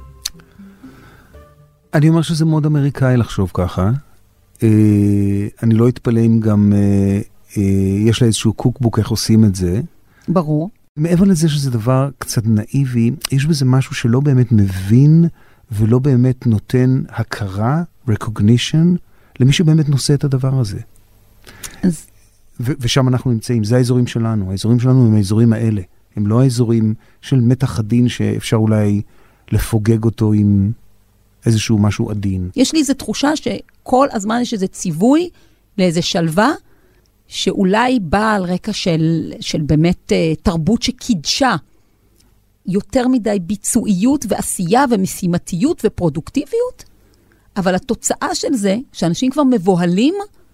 אני אומר שזה מאוד אמריקאי לחשוב ככה. אני לא אתפלא אם גם יש לה איזשהו קוקבוק איך עושים את זה. ברור. מעבר לזה שזה דבר קצת נאיבי, יש בזה משהו שלא באמת מבין ולא באמת נותן הכרה, recognition, למי שבאמת נושא את הדבר הזה. אז... ושם אנחנו נמצאים, זה האזורים שלנו. האזורים שלנו הם האזורים האלה. הם לא האזורים של מתח עדין שאפשר אולי לפוגג אותו עם איזשהו משהו עדין. יש לי איזו תחושה שכל הזמן יש איזה ציווי לאיזה שלווה, שאולי באה על רקע של באמת תרבות שקידשה יותר מדי ביצועיות ועשייה ומשימתיות ופרודוקטיביות, אבל התוצאה של זה, שאנשים כבר מבוהלים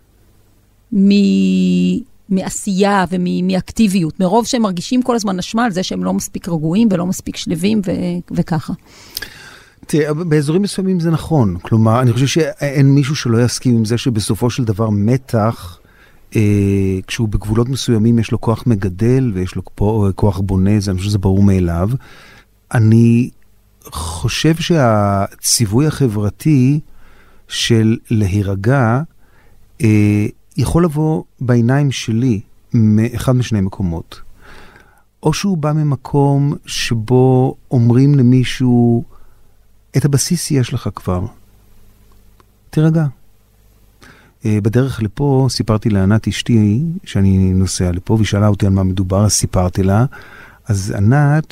מעשייה ומאקטיביות, מרוב שהם מרגישים כל הזמן אשמה על זה שהם לא מספיק רגועים ולא מספיק שלווים וככה. תראה, באזורים מסוימים זה נכון. כלומר, אני חושב שאין מישהו שלא יסכים עם זה שבסופו של דבר מתח, כשהוא בגבולות מסוימים יש לו כוח מגדל ויש לו כוח בונה, אני חושב שזה ברור מאליו. אני חושב שהציווי החברתי של להירגע יכול לבוא בעיניים שלי מאחד משני מקומות. או שהוא בא ממקום שבו אומרים למישהו, את הבסיס יש לך כבר. תירגע. בדרך לפה סיפרתי לענת אשתי שאני נוסע לפה, והיא שאלה אותי על מה מדובר, אז סיפרתי לה. אז ענת,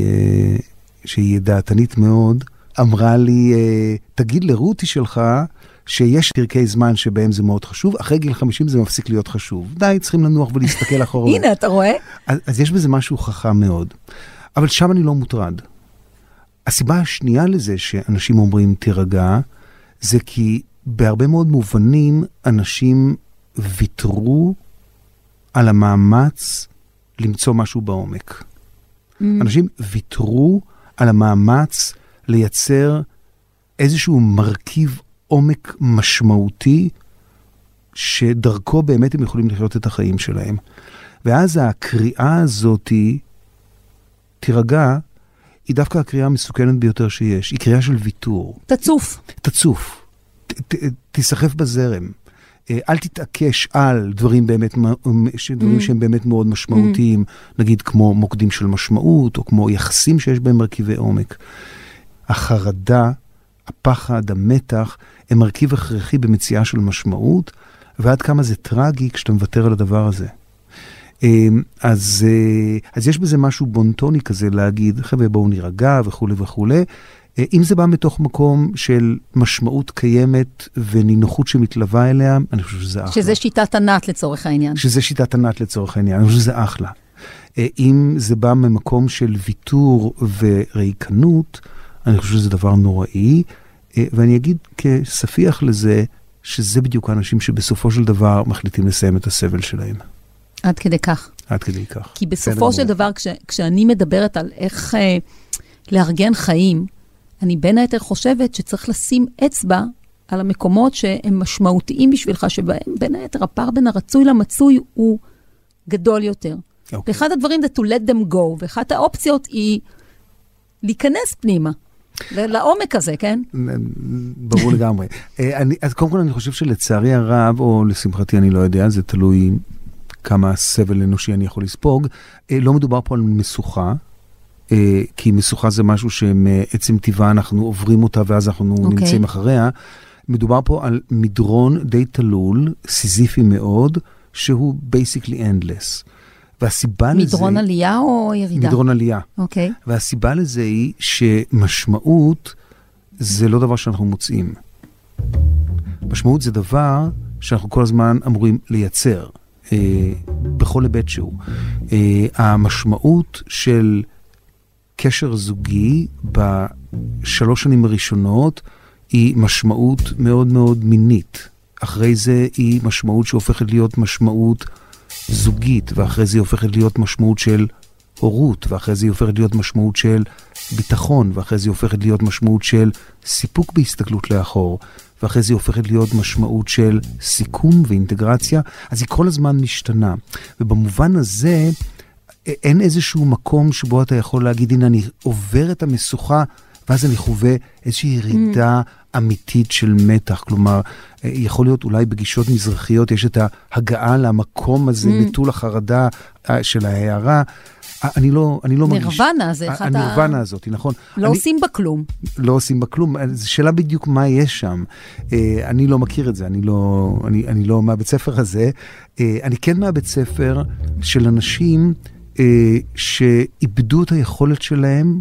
שהיא דעתנית מאוד, אמרה לי, תגיד לרותי שלך שיש פרקי זמן שבהם זה מאוד חשוב, אחרי גיל 50 זה מפסיק להיות חשוב. די, צריכים לנוח ולהסתכל אחורה. הנה, אתה רואה? אז יש בזה משהו חכם מאוד. אבל שם אני לא מוטרד. הסיבה השנייה לזה שאנשים אומרים תירגע, זה כי בהרבה מאוד מובנים אנשים ויתרו על המאמץ למצוא משהו בעומק. אנשים ויתרו על המאמץ לייצר איזשהו מרכיב עומק משמעותי שדרכו באמת הם יכולים לחיות את החיים שלהם. ואז הקריאה הזאת, תירגע, היא דווקא הקריאה המסוכנת ביותר שיש. היא קריאה של ויתור. תצוף. תסחף בזרם. אל תתעקש על דברים שהם באמת מאוד משמעותיים, נגיד כמו מוקדים של משמעות, או כמו יחסים שיש בהם מרכיבי עומק. החרדה, הפחד, המתח, הם מרכיב הכרחי במציאה של משמעות, ועד כמה זה טרגי כשאתה מוותר על הדבר הזה. אז יש בזה משהו בונטוני כזה להגיד, חבר'ה בואו נירגע וכו' וכו'. אם זה בא מתוך מקום של משמעות קיימת ונינוחות שמתלווה אליה, אני חושב שזה אחלה. שזה שיטת ענת לצורך העניין. אני חושב שזה אחלה. אם זה בא ממקום של ויתור וריקנות, אני חושב שזה דבר נוראי, ואני אגיד כספיח לזה, שזה בדיוק האנשים שבסופו של דבר מחליטים לסיים את הסבל שלהם. עד כדי כך. כי בסופו של דבר, כשאני מדברת על איך לארגן חיים, אני בין היתר חושבת שצריך לשים אצבע על המקומות שהם משמעותיים בשבילך, שבהם בין היתר הפער בין הרצוי למצוי הוא גדול יותר. ואחד הדברים זה to let them go, ואחת האופציות היא להיכנס פנימה. לעומק הזה, כן? ברור לגמרי. אז קודם כל אני חושב שלצערי הרב, או לשמחתי אני לא יודע, זה תלוי כמה סבל אנושי אני יכול לספוג, לא מדובר פה על משוכה, כי משוכה זה משהו שמעצם טבעה אנחנו עוברים אותה, ואז אנחנו נמצאים אחריה. מדובר פה על מדרון די תלול, סיזיפי מאוד, שהוא basically endless. והסיבה לזה... מדרון עלייה או ירידה? מדרון עלייה. אוקיי. והסיבה לזה היא שמשמעות זה לא דבר שאנחנו מוצאים. משמעות זה דבר שאנחנו כל הזמן אמורים לייצר, בכל היבט שהוא. המשמעות של קשר זוגי בשלוש שנים הראשונות היא משמעות מאוד מאוד מינית. אחרי זה היא משמעות שהופכת להיות משמעות זוגית, ואחרי זה היא הופכת להיות משמעות של הורות, ואחרי זה היא הופכת להיות משמעות של ביטחון, ואחרי זה היא הופכת להיות משמעות של סיפוק בהסתכלות לאחור, ואחרי זה היא הופכת להיות משמעות של סיכום ואינטגרציה, אז היא כל הזמן משתנה. ובמובן הזה, אין איזשהו מקום שבו אתה יכול להגיד, הנה אני עובר את המשוכה, ואז אני חווה איזושהי ירידה אמיתית של מתח. כלומר, יכול להיות אולי בגישות מזרחיות, יש את ההגעה למקום הזה, נטול החרדה של ההערה. אני לא מרגיש... נרוונה, זה אחד הנרוונה הזאת, נכון. לא עושים בה כלום. לא עושים בה כלום. זו שאלה בדיוק מה יש שם. אני לא מכיר את זה, אני לא מהבית ספר הזה. אני כן מהבית ספר של אנשים שאיבדו את היכולת שלהם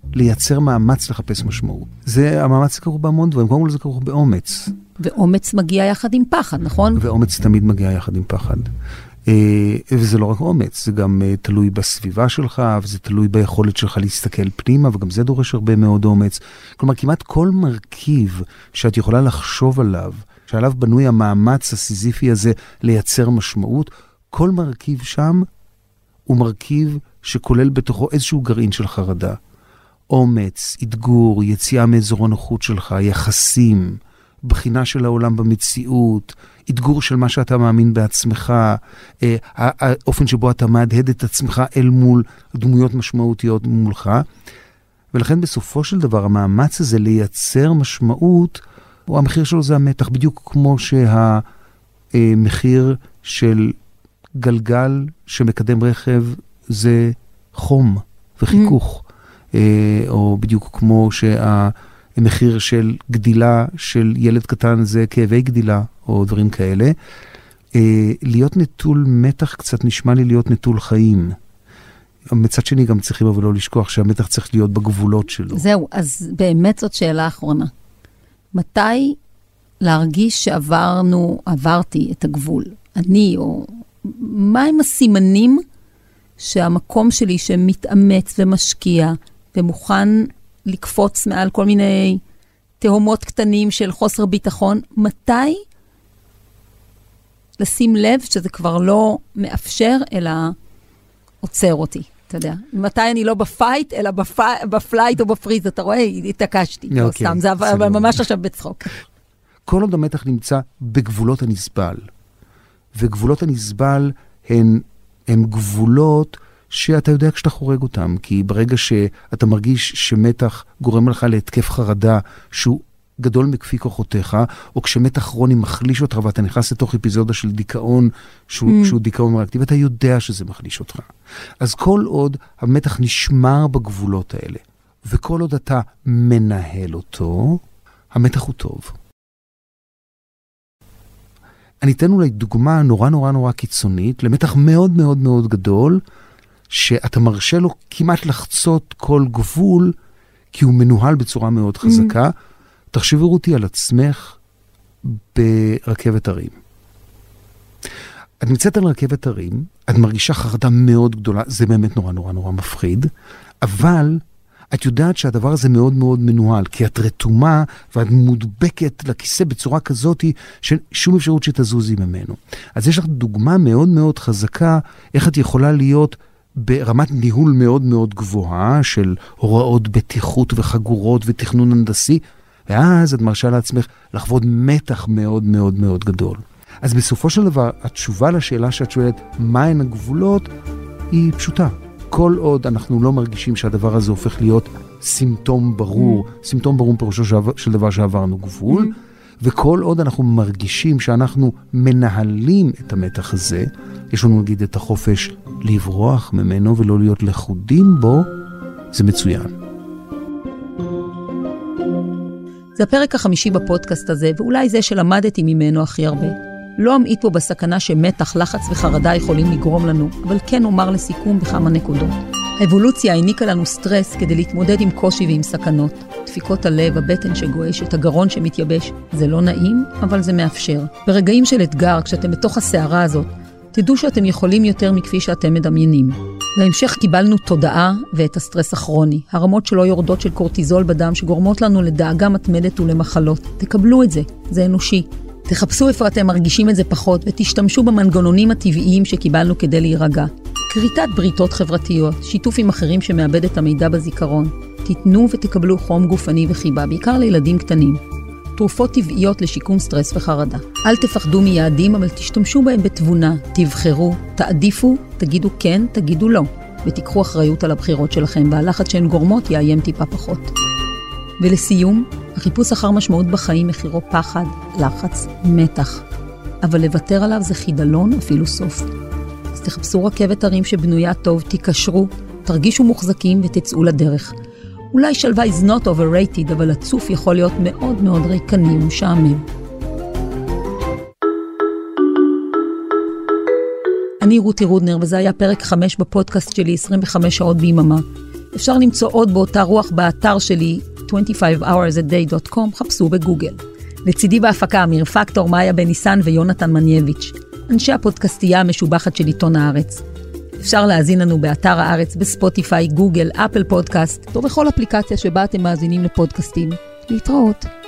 לייצר מאמץ לחפש משמעות. המאמץ כרוך בהמון דברים, קודם כל זה כרוך באומץ. ואומץ מגיע יחד עם פחד, נכון? ואומץ תמיד מגיע יחד עם פחד. וזה לא רק אומץ, זה גם תלוי בסביבה שלך, וזה תלוי ביכולת שלך להסתכל פנימה, וגם זה דורש הרבה מאוד אומץ. כלומר, כמעט כל מרכיב שאת יכולה לחשוב עליו, שעליו בנוי המאמץ הסיזיפי הזה לייצר משמעות, כל מרכיב שם הוא מרכיב שכולל בתוכו איזשהו גרעין של חרדה. אומץ, אתגור, יציאה מאזור הנוחות שלך, יחסים, בחינה של העולם במציאות, אתגור של מה שאתה מאמין בעצמך, האופן שבו אתה מהדהד את עצמך אל מול דמויות משמעותיות מולך. ולכן בסופו של דבר המאמץ הזה לייצר משמעות, המחיר שלו זה המתח, בדיוק כמו שהמחיר של גלגל שמקדם רכב זה חום וחיכוך, או בדיוק כמו המחיר של גדילה של ילד קטן זה כאבי גדילה, או דברים כאלה. להיות נטול מתח קצת נשמע לי להיות נטול חיים. מצד שני גם צריכים אבל לא לשכוח שהמתח צריך להיות בגבולות שלו. זהו, אז באמת זאת שאלה אחרונה. מתי להרגיש עברתי את הגבול? אני, או מה הם הסימנים שהמקום שלי שמתאמץ ומשקיע ומוכן לקפוץ מעל כל מיני תהומות קטנים של חוסר ביטחון, מתי לשים לב שזה כבר לא מאפשר, אלא עוצר אותי, אתה יודע. מתי אני לא בפייט, אלא בפלייט או בפריז, אתה רואה, התעקשתי. לא סתם, זה ממש עכשיו בצחוק. כל עוד המתח נמצא בגבולות הנסבל, וגבולות הנסבל הם גבולות שאתה יודע כשאתה חורג אותם, כי ברגע שאתה מרגיש שמתח גורם לך להתקף חרדה שהוא גדול מכפי כוחותיך, או כשמתח כרוני מחליש אותך ואתה נכנס לתוך אפיזודה של דיכאון שהוא דיכאון ריאקטיבי, אתה יודע שזה מחליש אותך. אז כל עוד המתח נשמר בגבולות האלה, וכל עוד אתה מנהל אותו, המתח הוא טוב. אני אתן אולי דוגמה נורא קיצונית, למתח מאוד מאוד מאוד גדול, שאתה מרשה לו כמעט לחצות כל גבול, כי הוא מנוהל בצורה מאוד חזקה. תחשבי רותי על עצמך ברכבת הרים. את נמצאת על רכבת הרים, את מרגישה חרדה מאוד גדולה, זה באמת נורא מפחיד, אבל את יודעת שהדבר הזה מאוד מאוד מנוהל, כי את רתומה ואת מודבקת לכיסא בצורה כזאת ששום אפשרות שתזוזי ממנו. אז יש לך דוגמה מאוד מאוד חזקה, איך את יכולה להיות ברמת ניהול מאוד מאוד גבוהה, של הוראות בטיחות וחגורות ותכנון הנדסי, ואז את מרשה לעצמך לחוות מתח מאוד מאוד מאוד גדול. אז בסופו של דבר, התשובה לשאלה שאת שואלת, מהן הגבולות, היא פשוטה. כל עוד אנחנו לא מרגישים שהדבר הזה הופך להיות סימפטום ברור, סימפטום ברור פירושו של דבר שעברנו גבול, וכל עוד אנחנו מרגישים שאנחנו מנהלים את המתח הזה, יש לנו נגיד את החופש לברוח ממנו ולא להיות לחודים בו, זה מצוין. זה הפרק החמישי בפודקאסט הזה, ואולי זה שלמדתי ממנו הכי הרבה. לא אמעיט פה בסכנה שמתח, לחץ וחרדה יכולים לגרום לנו, אבל כן אומר לסיכום בכמה נקודות. האבולוציה העניקה לנו סטרס כדי להתמודד עם קושי ועם סכנות. דפיקות הלב, הבטן שגועשת, הגרון שמתייבש. זה לא נעים, אבל זה מאפשר. ברגעים של אתגר, כשאתם בתוך הסערה הזאת, תדעו שאתם יכולים יותר מכפי שאתם מדמיינים. בהמשך קיבלנו תודעה ואת הסטרס הכרוני, הרמות שלא יורדות של קורטיזול בדם שגורמות לנו לדאגה מתמדת ולמחלות. תקבלו את זה, זה אנושי. תחפשו איפה אתם מרגישים את זה פחות ותשתמשו במנגנונים הטבעיים שקיבלנו כדי להירגע. קריטת בריתות חברתיות, שיתוף עם אחרים שמאבד את המידע בזיכרון. תיתנו ותקבלו חום גופני וחיבה, בעיקר לילדים קטנים. תרופות טבעיות לשיקום סטרס וחרדה. אל תפחדו מיעדים, אבל תשתמשו בהם בתבונה. תבחרו, תעדיפו, תגידו כן, תגידו לא. ותיקחו אחריות על הבחירות שלכם, והלחץ שהן גורמות יאיים טיפה פחות. ולסיום, החיפוש אחר משמעות בחיים מחירו פחד, לחץ, מתח. אבל לוותר עליו זה חידלון, אפילו סוף. אז תחפשו רכבת הרים שבנויה טוב, תיקשרו, תרגישו מוחזקים ותצאו לדרך. אולי שלווה is not overrated, אבל הצוף יכול להיות מאוד מאוד ריקני ומשעמם. אני רותי רודנר, וזה היה פרק 5 בפודקאסט שלי, 25 שעות ביממה. אפשר למצוא עוד באותה רוח באתר שלי, 25hoursaday.com, חפשו בגוגל. לצידי בהפקה, אמיר פקטור, מאיה בניסן ויונתן מנייביץ'. אנשי הפודקאסטייה המשובחת של עיתון הארץ. אפשר להאזין לנו באתר הארץ, בספוטיפיי, גוגל, אפל פודקאסט, או בכל אפליקציה שבה אתם מאזינים לפודקאסטים. להתראות.